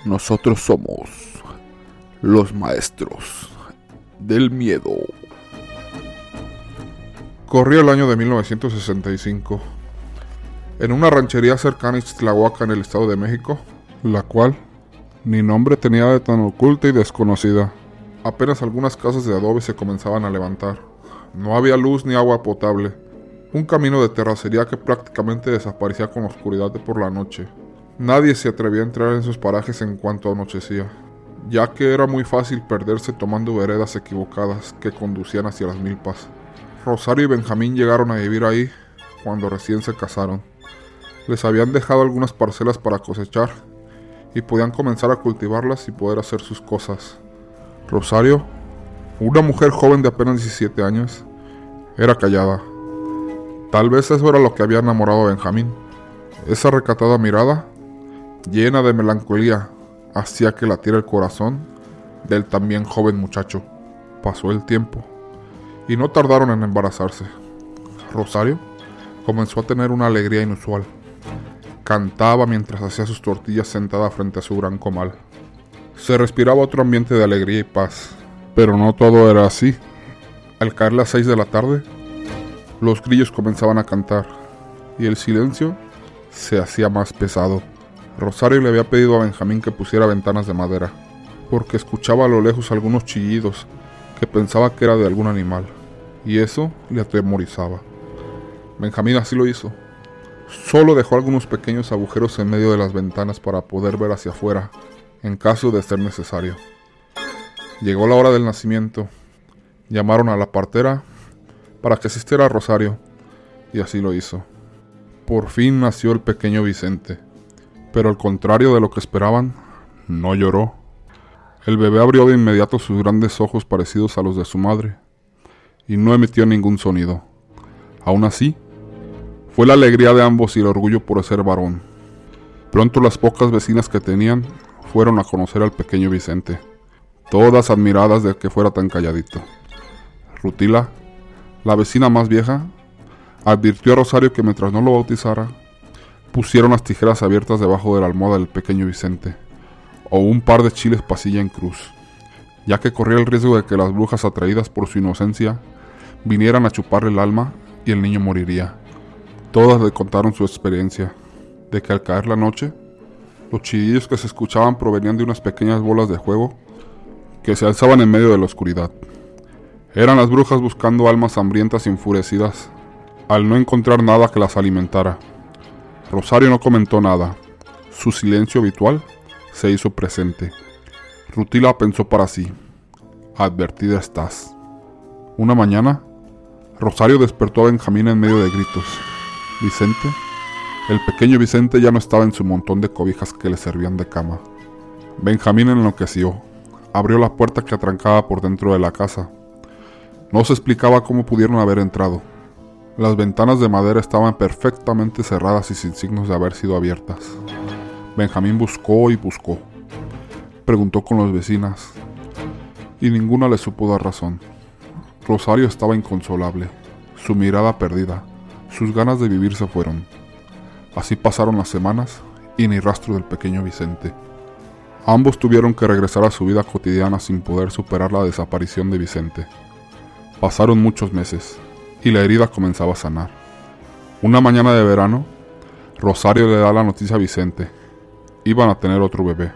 Nosotros somos los maestros del miedo. Corría el año de 1965. En una ranchería cercana a Ixtlahuaca, en el Estado de México, la cual ni nombre tenía de tan oculta y desconocida. Apenas algunas casas de adobe se comenzaban a levantar. No había luz ni agua potable. Un camino de terracería que prácticamente desaparecía con la oscuridad de por la noche. Nadie se atrevía a entrar en esos parajes en cuanto anochecía, ya que era muy fácil perderse tomando veredas equivocadas que conducían hacia las milpas. Rosario y Benjamín llegaron a vivir ahí cuando recién se casaron. Les habían dejado algunas parcelas para cosechar y podían comenzar a cultivarlas y poder hacer sus cosas. Rosario, una mujer joven de apenas 17 años, era callada. Tal vez eso era lo que había enamorado a Benjamín. Esa recatada mirada, llena de melancolía, hacía que latiera el corazón del también joven muchacho. Pasó el tiempo y no tardaron en embarazarse. Rosario comenzó a tener una alegría inusual. Cantaba mientras hacía sus tortillas sentada frente a su gran comal. Se respiraba otro ambiente de alegría y paz. Pero no todo era así. Al caer las 6 de la tarde, los grillos comenzaban a cantar y el silencio se hacía más pesado. Rosario le había pedido a Benjamín que pusiera ventanas de madera, porque escuchaba a lo lejos algunos chillidos que pensaba que era de algún animal, y eso le atemorizaba. Benjamín así lo hizo. Solo dejó algunos pequeños agujeros en medio de las ventanas para poder ver hacia afuera, en caso de ser necesario. Llegó la hora del nacimiento. Llamaron a la partera para que asistiera a Rosario, y así lo hizo. Por fin nació el pequeño Vicente, pero al contrario de lo que esperaban, no lloró. El bebé abrió de inmediato sus grandes ojos parecidos a los de su madre, y no emitió ningún sonido. Aún así, fue la alegría de ambos y el orgullo por ser varón. Pronto las pocas vecinas que tenían fueron a conocer al pequeño Vicente, todas admiradas de que fuera tan calladito. Rutila, la vecina más vieja, advirtió a Rosario que mientras no lo bautizara, pusieron las tijeras abiertas debajo de la almohada del pequeño Vicente, o un par de chiles pasilla en cruz, ya que corría el riesgo de que las brujas, atraídas por su inocencia, vinieran a chuparle el alma y el niño moriría. Todas le contaron su experiencia, de que al caer la noche, los chillillos que se escuchaban provenían de unas pequeñas bolas de fuego que se alzaban en medio de la oscuridad. Eran las brujas buscando almas hambrientas y enfurecidas, al no encontrar nada que las alimentara. Rosario no comentó nada. Su silencio habitual se hizo presente. Rutila pensó para sí: advertida estás. Una mañana, Rosario despertó a Benjamín en medio de gritos. Vicente, el pequeño Vicente, ya no estaba en su montón de cobijas que le servían de cama. Benjamín enloqueció. Abrió la puerta que atrancaba por dentro de la casa. No se explicaba cómo pudieron haber entrado. Las ventanas de madera estaban perfectamente cerradas y sin signos de haber sido abiertas. Benjamín buscó y buscó. Preguntó con las vecinas, y ninguna le supo dar razón. Rosario estaba inconsolable, su mirada perdida, sus ganas de vivir se fueron. Así pasaron las semanas y ni rastro del pequeño Vicente. Ambos tuvieron que regresar a su vida cotidiana sin poder superar la desaparición de Vicente. Pasaron muchos meses y la herida comenzaba a sanar. Una mañana de verano, Rosario le da la noticia a Vicente. Iban a tener otro bebé.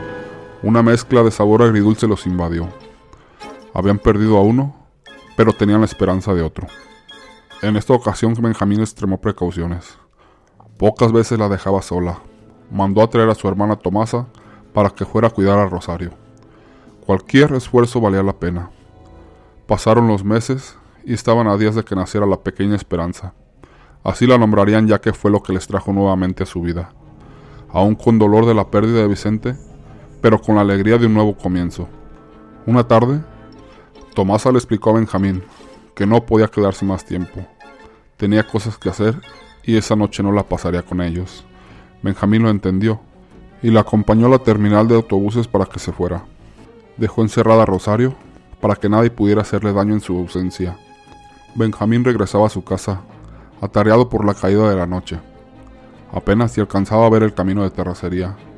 Una mezcla de sabor agridulce los invadió. Habían perdido a uno, pero tenían la esperanza de otro. En esta ocasión Benjamín extremó precauciones. Pocas veces la dejaba sola. Mandó a traer a su hermana Tomasa para que fuera a cuidar a Rosario. Cualquier esfuerzo valía la pena. Pasaron los meses y estaban a días de que naciera la pequeña Esperanza. Así la nombrarían, ya que fue lo que les trajo nuevamente a su vida. Aún con dolor de la pérdida de Vicente, pero con la alegría de un nuevo comienzo. Una tarde, Tomasa le explicó a Benjamín que no podía quedarse más tiempo. Tenía cosas que hacer y esa noche no la pasaría con ellos. Benjamín lo entendió y la acompañó a la terminal de autobuses para que se fuera. Dejó encerrada a Rosario para que nadie pudiera hacerle daño en su ausencia. Benjamín regresaba a su casa, atareado por la caída de la noche. Apenas si alcanzaba a ver el camino de terracería.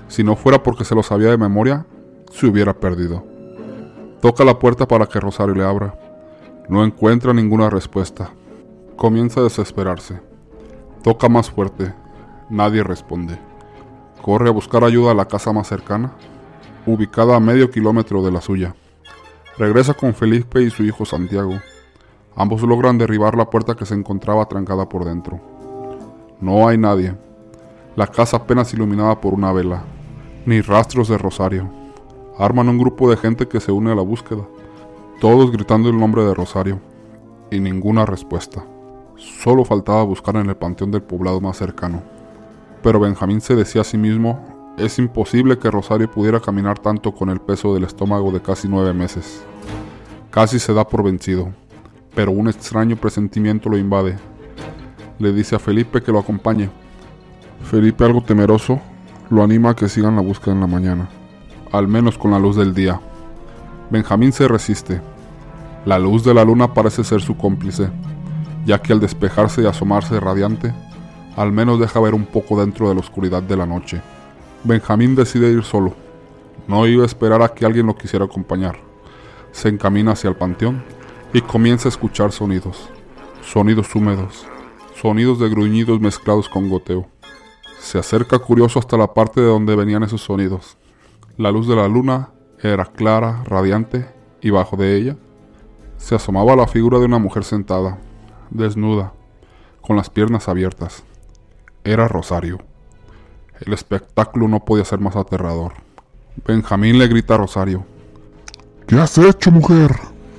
Si no fuera porque se lo sabía de memoria, se hubiera perdido. Toca la puerta para que Rosario le abra. No encuentra ninguna respuesta. Comienza a desesperarse. Toca más fuerte. Nadie responde. Corre a buscar ayuda a la casa más cercana, ubicada a medio kilómetro de la suya. Regresa con Felipe y su hijo Santiago. Ambos logran derribar la puerta que se encontraba trancada por dentro. No hay nadie. La casa apenas iluminada por una vela. Ni rastros de Rosario. Arman un grupo de gente que se une a la búsqueda, todos gritando el nombre de Rosario, y ninguna respuesta. Solo faltaba buscar en el panteón del poblado más cercano. Pero Benjamín se decía a sí mismo, es imposible que Rosario pudiera caminar tanto con el peso del estómago de casi 9 meses. Casi se da por vencido, pero un extraño presentimiento lo invade. Le dice a Felipe que lo acompañe. Felipe, algo temeroso, lo anima a que sigan la búsqueda en la mañana, al menos con la luz del día. Benjamín se resiste. La luz de la luna parece ser su cómplice, ya que al despejarse y asomarse radiante, al menos deja ver un poco dentro de la oscuridad de la noche. Benjamín decide ir solo. No iba a esperar a que alguien lo quisiera acompañar. Se encamina hacia el panteón y comienza a escuchar sonidos. Sonidos húmedos. Sonidos de gruñidos mezclados con goteo. Se acerca curioso hasta la parte de donde venían esos sonidos. La luz de la luna era clara, radiante, y bajo de ella se asomaba la figura de una mujer sentada, desnuda, con las piernas abiertas. Era Rosario. El espectáculo no podía ser más aterrador. Benjamín le grita a Rosario: ¿Qué has hecho, mujer?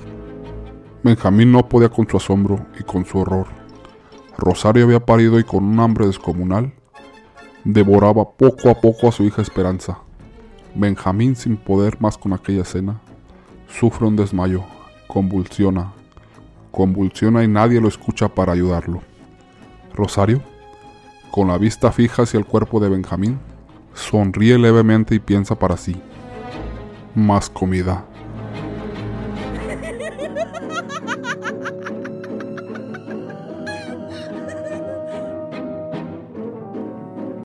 Benjamín no podía con su asombro y con su horror. Rosario había parido y con un hambre descomunal devoraba poco a poco a su hija Esperanza. Benjamín, sin poder más con aquella escena, sufre un desmayo, convulsiona y nadie lo escucha para ayudarlo. Rosario, con la vista fija hacia el cuerpo de Benjamín, sonríe levemente y piensa para sí: más comida.